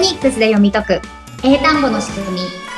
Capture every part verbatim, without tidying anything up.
ニックスで読み解く英単語の仕組み。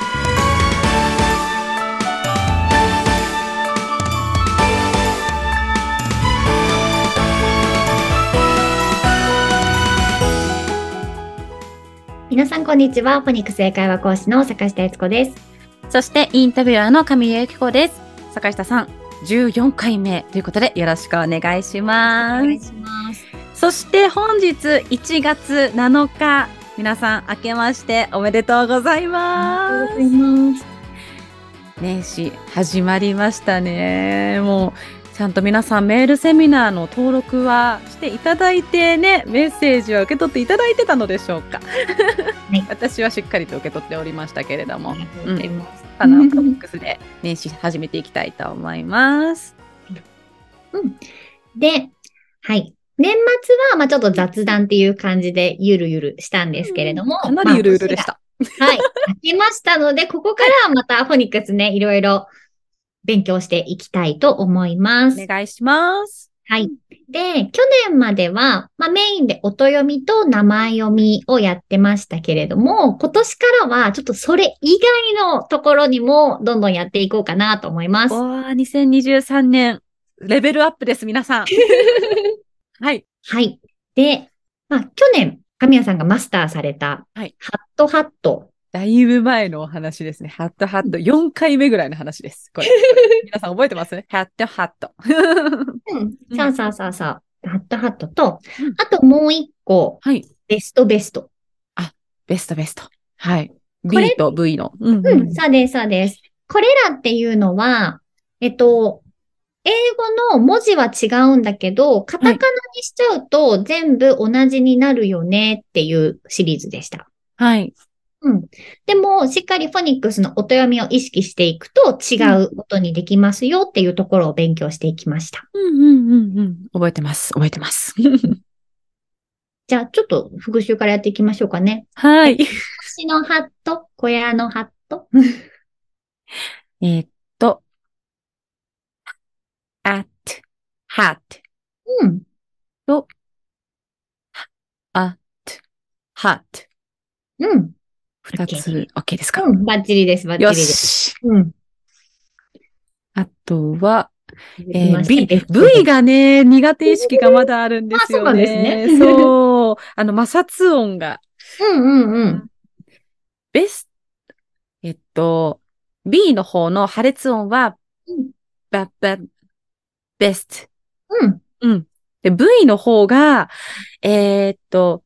皆さんこんにちは。フォニックス英会話講師の坂下悦子です。 そしてインタビュアーの神谷由紀子です。坂下さん、じゅうよんかいめということでよろしくお願いします。 お願いします。 そして本日いちがつなのか、皆さん明けましておめでとうございます。 ありがとうございます。 年始始まりましたね。もうちゃんと皆さんメールセミナーの登録はしていただいてね、メッセージは受け取っていただいてたのでしょうか。はい、私はしっかりと受け取っておりましたけれども、うん、パナフォニックスで年始始めていきたいと思います。 うん、で、はい。年末は、まあちょっと雑談っていう感じでゆるゆるしたんですけれども。 うん、かなりゆるゆるでした。 まあ、はい。飽きましたので、ここからはまたフォニックスね、いろいろ勉強していきたいと思います。 お願いします。 はい。で、去年までは、まあメインで音読みと名前読みをやってましたけれども、今年からはちょっとそれ以外のところにもどんどんやっていこうかなと思います。 おー、にせんにじゅうさんねん、レベルアップです、皆さん。はい。 はい。で、まあ、去年、神谷さんがマスターされた、 はい、 ハットハット。 だいぶ前のお話ですね。ハットハット。よんかいめぐらいの話です。これ。皆さん覚えてますね。ハットハット。 うん。そうそうそうそう。ハットハットと、うん、あともう一個。 はい。 ベストベスト。 あ、ベストベスト。はい。B と V の。 うん、うん。そうです、そうです。これらっていうのは、えっと、英語の文字は違うんだけど、カタカナにしちゃうと全部同じになるよねっていうシリーズでした。 はい。 うん。でも、しっかりフォニックスの音読みを意識していくと違う音にできますよっていうところを勉強していきました。 うんうんうんうん。覚えてます。覚えてます。 じゃあ、ちょっと復習からやっていきましょうかね。 はい。 星のハット、小屋のハット。 えっと、at, hat. うん。 と、at, hat. うん。 二つ、OK ですか？ うん、バッチリです、バッチリです。よし。うん。 あとは、えー、B、V がね、苦手意識がまだあるんですよね。あ、そうなんですね。そう。あの、摩擦音が。 うんうんうん。 ベス、えっと、B の方の破裂音は、 うん、 バッバッ、ベスト。 うん。 うん。で、V の方が、えー、っと、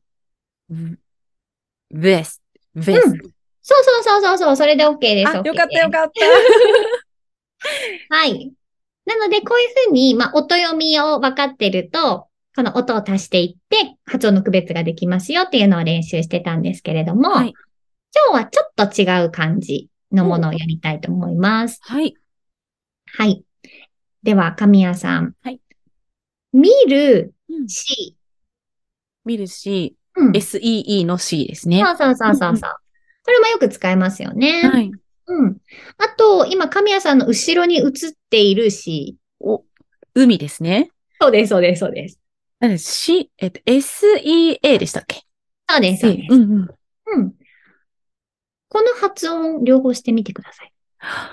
ベスト、ベスト。 そうそうそうそうそう、それで OK です。 あ、よかったよかった。 はい。なので、こういうふうに、まあ、音読みを分かってると、この音を足していって、発音の区別ができますよっていうのを練習してたんですけれども、はい、今日はちょっと違う感じのものをやりたいと思います。 はい。 はい。では、神谷さん。 はい。 見る C。 見る C。 うん、 エスイーイー の C ですね。 そうそうそうそう。うんうん、これもよく使えますよね。 はい。 うん。あと、今、神谷さんの後ろに映っている C。 お、海ですね。 そうです、そうです、そうです。 C、えっと、エスイーエー でしたっけ？ そうです、そうです。うんうん。うん。この発音、両方してみてください。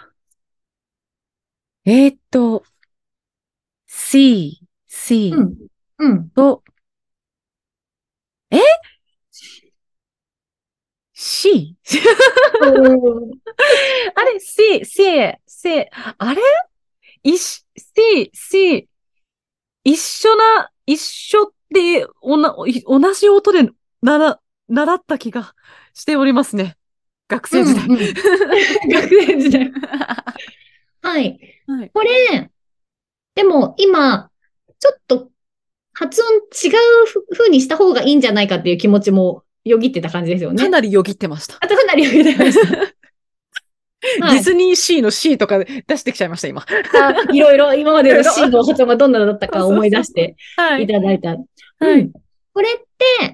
えー、っと、C、C うん。うん。 と、え ?C? あれ ?C、C、C、あれいし、C、C、一緒な、一緒で、おな、同じ音でなら、習った気がしておりますね。学生時代。うんうん、 学生時代。はい。はい、これ、でも今、ちょっと発音違う風にした方がいいんじゃないかっていう気持ちもよぎってた感じですよね。 かなりよぎってました。 あとかなりよぎってました。 はい、ディズニー C の C とか出してきちゃいました、今。 あ、いろいろ今までの C の発音がどんなのだったか思い出していただいた。はい。これって、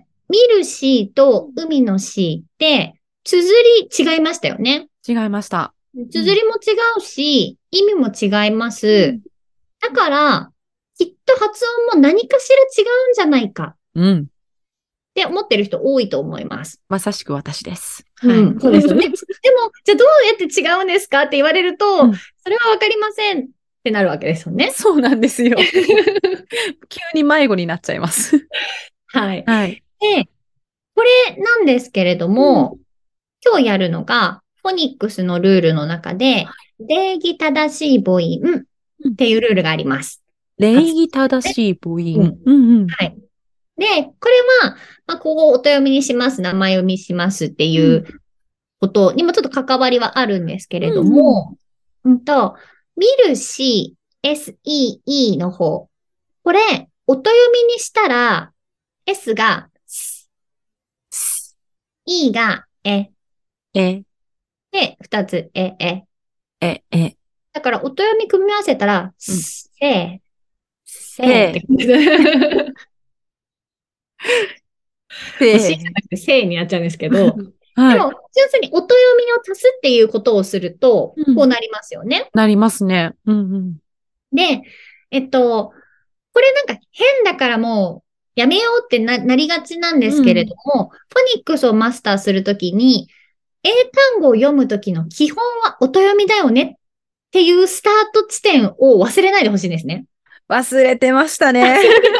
見る C と海の C って、綴り違いましたよね。 違いました。 綴りも違うし、うん、意味も違います。うん、だから、きっと発音も何かしら違うんじゃないか。 うん。って思ってる人多いと思います。 まさしく私です。 うはい。 ん、そうですよね。でも、じゃあどうやって違うんですかって言われると、 うんそれはわかりませんってなるわけですよね。 そうなんですよ。急に迷子になっちゃいます。 はい。 はい。 で、これなんですけれどうんも、今日やるのが、フォニックスのルールの中で、礼儀正しい母音っていうルールがあります。 礼儀正しい母音。 うん、 うんうん。 はい。で、これは、まあ、ここを音読みにします、名前読みしますってういうんことにもちょっと関わりはあるんですけれどうんうん。 も、うんと、見るし、セー の方。これ、音読みにしたら、S が、S、E が、え、 え、 で、二つ、え、え。 え、え、 だから、音読み組み合わせたら、 うん。 せ、せってせ、 感じで。もう C じゃせ、 なくてせになっちゃうんですけど、 はい。 でも、純粋に音読みを足すっていうことをすると、 うん。 こうなりますよね。 なりますね。うんうん。 で、えっと、これなんか変だからもうやめようってな、なりがちなんですけれうん。 ども、フォニックスをマスターするときに、英単語を読むときの基本は音読みだよねっていうスタート地点を忘れないでほしいんですね。 忘れてましたね。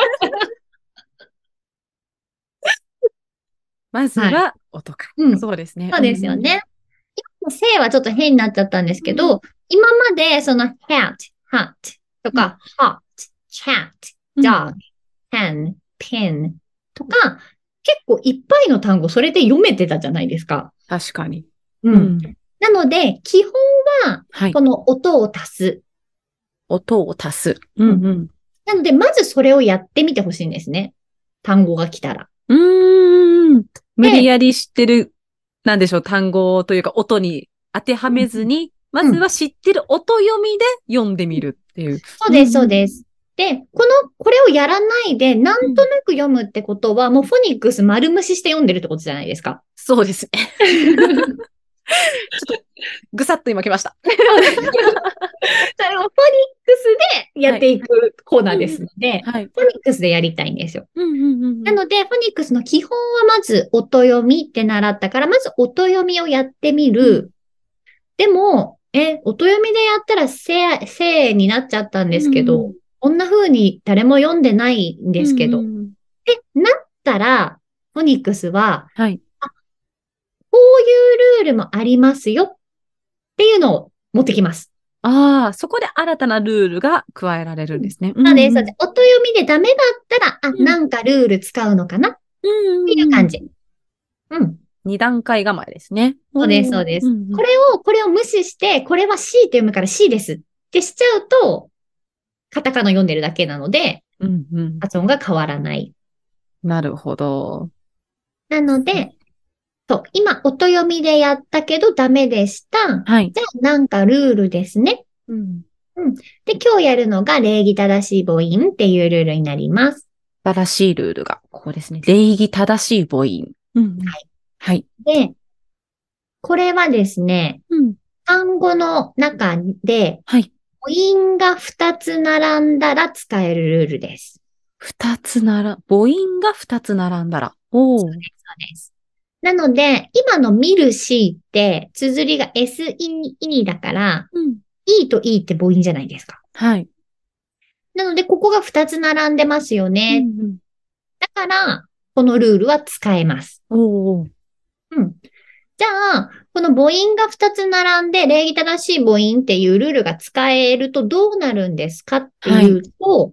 まずはい。 は音か。 うん。 そうですね。 そううんうん。 ですよね。今のせいはちょっと変になっちゃったんですうん。 けど、今までその hat, hat とうん。 か hot, cat, うん。 dog, pen, pin とか、結構いっぱいの単語それで読めてたじゃないですか。 確かに。 うん。 うん。 なので、基本ははい。 この音を足す。 音を足す。ううん。 んうん。 なので、まずそれをやってみてほしいんですね。単語が来たら。 うーん。無理で、 やり知ってる、なんでしょう、単語というか音に当てはうん、 めずに、まうん。 ずは知ってる音読みで読んでみるっていう。 そうです、そううんうん。 です。で、この、これをやらないで、なんとうん。 なく読むってことは、もうフォニックス丸無視して読んでるってことじゃないですか。 そうですね。ちょっと、ぐさっと今来ました。 そうです。それをフォニックスでやはい。 っていくコーナーでうんうん。 すので、 はい。 フォニックスでやりたいんですよ。 うんうんうんうん。 なので、フォニックスの基本はまず音読みって習ったから、まず音読みをやってみうん。 る。でも、え、音読みでやったらせ、せになっちゃったんうですけど、 んこんな風に誰も読んでないんうん。 ですけど。 うんうん。 で、なったら、フォニックスは、 はい。 こういうルールもありますよっていうのを持ってきます。 ああ、そこで新たなルールが加えられるんですね。うそうです、そうです。 んうん。 音読みでダメだったら、あ、 うん。 なんかルール使うのかなっうんていううんうん。 感じ。うん。 二段階構えですね。 そうです、 おー。 そうです。 うんうん。 これを、これを無視して、これは C って読むから C ですってしちゃうと、カタカナ読んでるだけなので、 うんうん。 発音が変わらない。 なるほど。 なので、そう、今、音読みでやったけどダメでした。 はい。 じゃあ、なんかルールですね。 うん。 うん。で、今日やるのが礼儀正しい母音っていうルールになります。 正しいルールが、ここですね。礼儀正しい母音。うんうん。はい。 で、これはですね、 うん。 単語の中ではい。 母音がふたつ並んだら使えるルールです。 二つなら、母音が二つ並んだら。おー。 そうです。なので、今の見る C って、綴りが エスイーイー だから、 うん。 E と E って母音じゃないですか。 はい。 なので、ここがふたつ並んでますようんね。 うん。 だから、このルールは使えます。 おー。 うん。じゃあ、この母音がふたつ並んで、礼儀正しい母音っていうルールが使えるとどうなるんですかってはい。 いうと、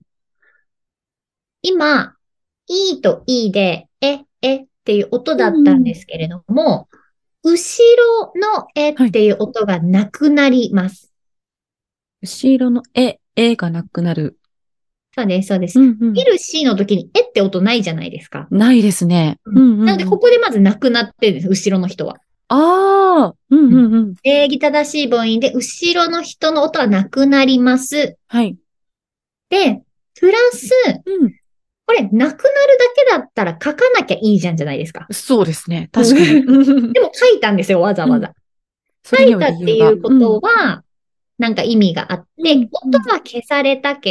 今、E と E で、え、えっていう音うだったんでん。 すけれども、後ろのえっはい。 ていう音がなくなります。 後ろのえ、えがなくなる。 そうです、そうです。 うんうん。 見る C の時にえって音ないじゃないですか。 ないですね。 うん。 うんうなので、 んうん。 ここでまずなくなってるんです、後ろの人は。 ああ、うんうん。 うんうん。 礼儀正しい母音で、後ろの人の音はなくなります。 はい。 で、プラス、 うん。 これ、なくなるだけだったら書かなきゃいいじゃんじゃないですか。 そうですね。 うん。 確かに。 でも書いたんですよ、わざうん。 わざ。 それには書いたって理由が。 いうこうん。 とは、なんか意味があって、 うん。うん。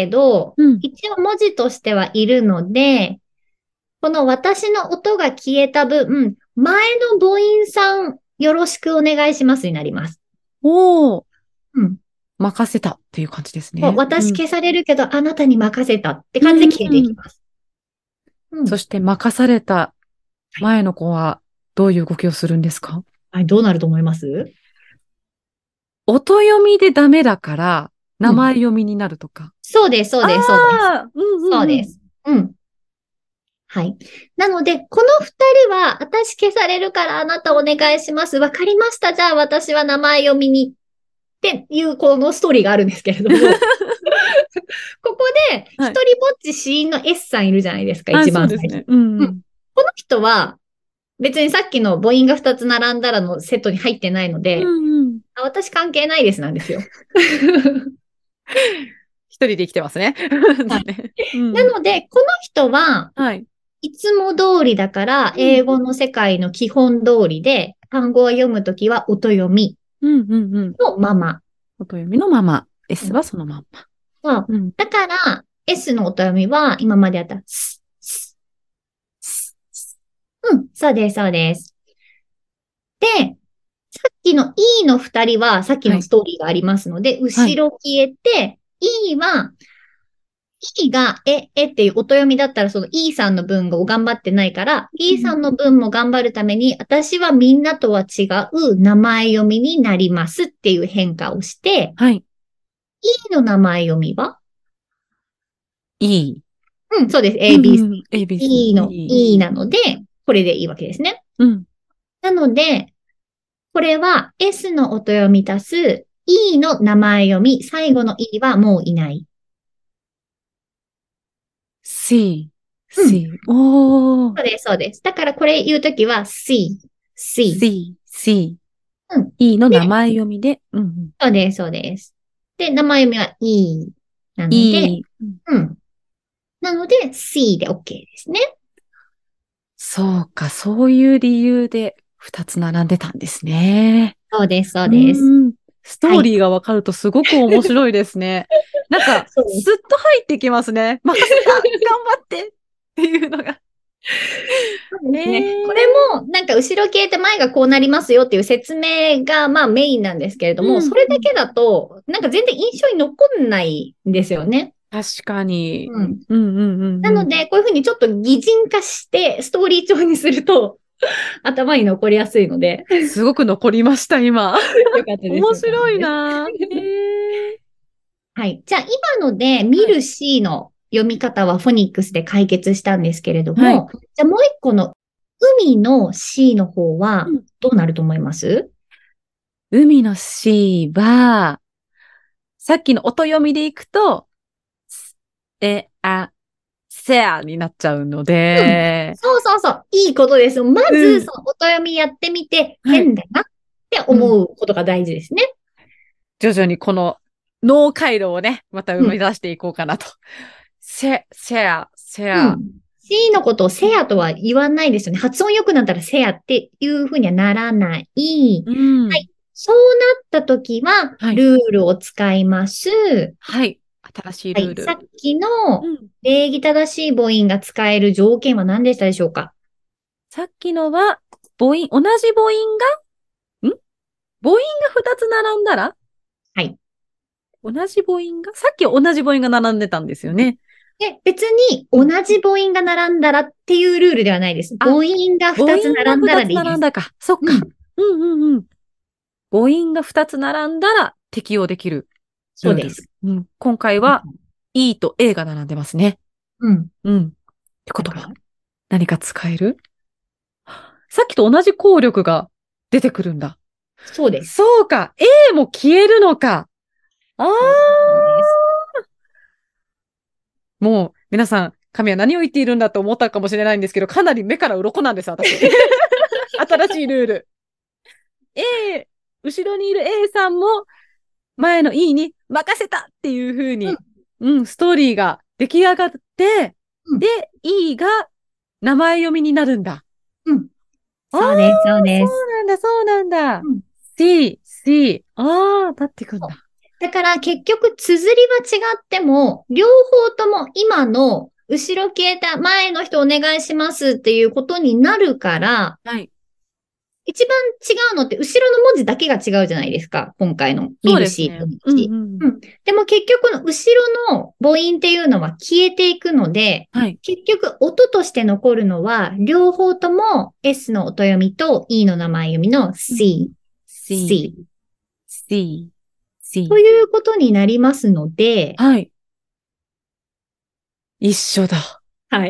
音は消されたけど、 うん。 一応文字としてはいるので、 この私の音が消えた分、前の母音さんよろしくお願いしますになります。 おー。 うん。 任せたっていう感じですね。 私消されるけど、あなたに任せたってうん、 感じで消えていきます。うん。 そして任された前の子はどういう動きをするんですか？ はい、どうなると思います？ 音読みでダメだから、名うん。 前読みになるとか。 そうです、そうあです、そうです。 あ、うんうんうん。 そうです。うん。はい。なので、この二人は、私消されるからあなたお願いします。わかりました。じゃあ私は名前読みに。っていうこのストーリーがあるんですけれども、ここで、一はい。 人ぼっち死因の S さんいるじゃないですか、 あ、 一番最初。 そうですね。うんうん。 うん。 この人は、別にさっきの母音が二つ並んだらのセットに入ってないのうで、 んうん。 あ、私関係ないですなんですよ。 一人で生きてますね。 はい。 ね。うん。 なので、この人は、 はい。 いつも通りだから、 うん。 英語の世界の基本通りで、単語を読むときは音読みうんうんうん。 のまま。 音読みのまま。 う S ん。 はそのまんま。 そう。 うん。 だから、S の音読みは、今までやった、ス、ス、ス、ス。うん、そうです、そうです。で、さっきの E の二人は、さっきはい。 のストーリーがありますので、 はい。 後ろ消えて、E は、E が、え、えっていう音読みだったら、その E さんの分を頑張ってないから、 う E さん。 んの分も頑張るために、私はみんなとは違う名前読みになりますっていう変化をして、 はい。 E の名前読みは、 E。 うん、そうです。 う A、B、 んう C。 ん。A、B、C。 E の E。 E なので、これでいいわけですね。 うん。 なので、これは S の音読み足す E の名前読み、最後の E はもういない。 C。 うん。 C。おー。 そうです、そうです。だからこれ言うときは C、C。 C。C。 うん。 E の名で、 前読みで。うんうん。 そうです、そうです。で、名前読みは E なので、 E。 うん。なので C で OK ですね。 そうか、そういう理由で二つ並んでたんですね。 そうです、そううです。 ーん。ストはい。 ーリーがわかるとすごく面白いですね。なんか、 そうです。 スッと入ってきますね。任せた頑張ってっていうのが。 そうですね。これええも、なんか後ろ消えて前がこうなりますよっていう説明が、まあメインなんですけれども、 うん。 それだけだと、なんか全然印象に残んないんですよね。 確かに。 うん。 うんうんうんうん。 なので、こういうふうにちょっと擬人化して、ストーリー調にすると、頭に残りやすいので、 すごく残りました、今。 よかったです、よかった面白いです。 な。ええはい。じゃあ、今ので見る C の読み方はフォニックスで解決したんですけれどはい。 も、じゃあもう一個の海の C の方はうん。 どうなると思います？ 海の C は、さっきの音読みでいくと、え、あ、せやになっちゃうのうん。 で、 そうそうそう。いいことです。まず、 うん。 その音読みやってみて、 はい。 変だなってうん。 思うことが大事ですね。 徐々にこの脳回路をね、また生みうん。 出していこうかなと。せ、せや、せや。 うん。C のことをせやとは言わないですよね。発音良くなったらせやっていうふうにはならない。 うん。 はい。そうなったときは、 はい。 ルールを使います。 はい。新しいはい。 ルール。 さっきのうん。 礼儀正しい母音が使える条件は何でしたでしょうか？ さっきのは、母音、同じ母音が、ん母音が二つ並んだらはい。 同じ母音がさっき同じ母音が並んでたんですよね。 で、別に同うん。 じ母音が並んだらっていうルールではないです。母あ、 音が母音二つ並んだが二つらでいいです。 並んだか。そっか。 うん。 うんうんうん。母音が二つ並んだら適用できるルール。 そうです。 うん。今回は E と A が並んでますね。 うん。 うん。ってことはだから、 何か使える？さっきと同じ効力が出てくるんだ。 そうです。 そうか。A も消えるのか。ああ。 そうです。そうです。 もう皆さん、神は何を言っているんだと思ったかもしれないんですけど、かなり目から鱗なんです、私。新しいルール。A、後ろにいる A さんも前の E に任せたっていう風うん。 に、うん、ストーリーが出来上がって、 うん。 で、E が名前読みになるんだ。 うん。 ああ、 そうです。そうそです。 うなんだ、そうなんだ。 うん。 C、C、ああ、なってくんだ。 だから結局、綴りは違っても、両方とも今の後ろ消えた、前の人お願いしますっていうことになるから、 はい。 一番違うのって後ろの文字だけが違うじゃないですか。今回のミルそうですね。 シーとミルうんうシん。 ー。うん。でも結局の後ろの母音っていうのは消えていくので、 はい。 結局音として残るのは、両方とも S の音読みと E の名前読みのうん C、 C、 C C、 と C。 いうことになりますので、 はい。一緒だ。 はい。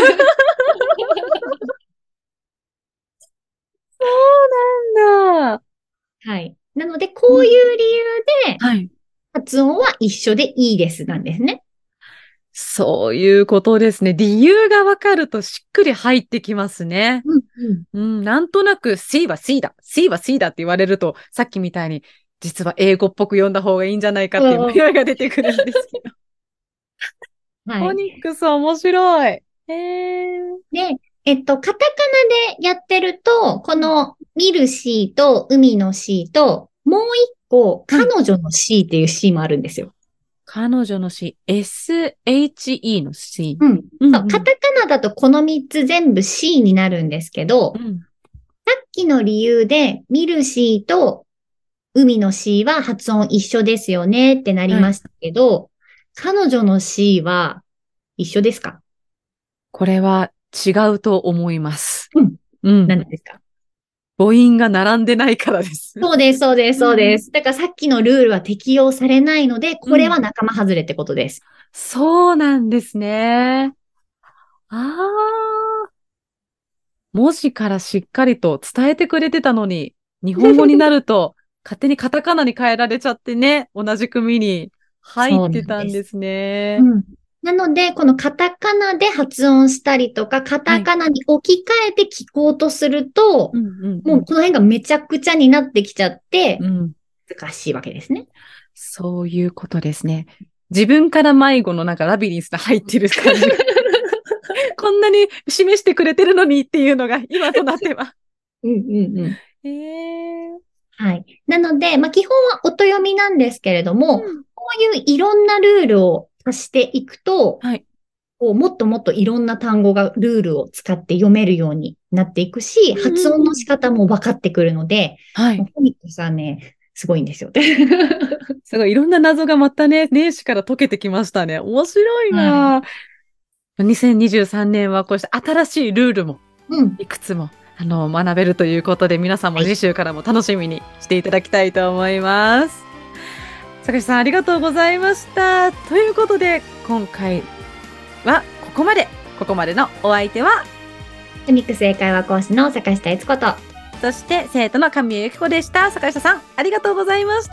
そうなんだ。 はい。なので、こうんういう理由ではい。 発音は一緒でいいですなんですね。 そういうことですね。理由がわかるとしっくり入ってきますね。 うんうん。 うん、なんとなく C は C だ、C は C だって言われると、さっきみたいに、実は英語っぽく読んだ方がいいんじゃないかっていううんうん。 迷いが出てくるんですけど。 はい。 フォニックス面白い。へー。 で、えっと、カタカナでやってると、こうんの見る C と海の C と、もう一個、 はい。 彼女の C っていう C もあるんですよ。 彼女の C、エスエイチイー の C。 うん。そう、 うんうん。 カタカナだとこの三つ全部 C になるんですけど、 うん。 さっきの理由で、見る C と海の C は発音一緒ですよねってなりはい。 ましたけど、彼女の C は一緒ですか？ これは違うと思います。 うん。 うん。 何ですか？ 母音が並んでないからです。 そうです、そうです、 うんうん。 そうです。だからさっきのルールは適用されないので、これうん。 は仲間外れってことです。 そうなんですね。ああ。文字からしっかりと伝えてくれてたのに、日本語になると勝手にカタカナに変えられちゃってね、同じ組に入っそうてなんです。 たんですね。 うん。なので、このカタカナで発音したりとか、カはい。 タカナに置き換えて聞こうとすると、 うんうんうん。 もうこの辺がめちゃくちゃになってきちゃって、 うん。 難しいわけですね。 そういうことですね。自分から迷子のなんかラビリンスに入ってる感じが、こんなに示してくれてるのにっていうのが今となっては。 うんうんうん。 えー、 はい。なので、まあ、基本は音読みなんですけれども、 うん。 こういういろんなルールを足していくと、 はい。 こうもっともっといろんな単語がルールを使って読めるようになっていくし、 うん発音の仕うんうん。 方も分かってくるので、 はい。 もうフォニックスはね、すごいんですよ。 すごい、いろんな謎がまたね、年始から解けてきましたね。面白いはい。 なぁ。にせんにじゅうさんねんはこうした新しいルールもうん。 いくつもあの学べるということで、皆さんもはい。 次週からも楽しみにしていただきたいと思います。坂下さんありがとうございました。ということで、今回はここまで。ここまでのお相手は、 フォニックス英会話講師の坂下悦子と、あそして生徒の神谷由紀子でした。坂下さん、ありがとうございました。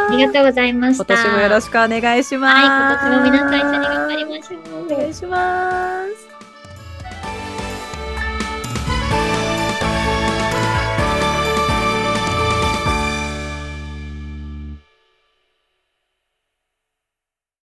りがとうございました。 今年もよろしくお願いします。 はい、今年も皆さん一緒に頑張りましょう。 お願いします。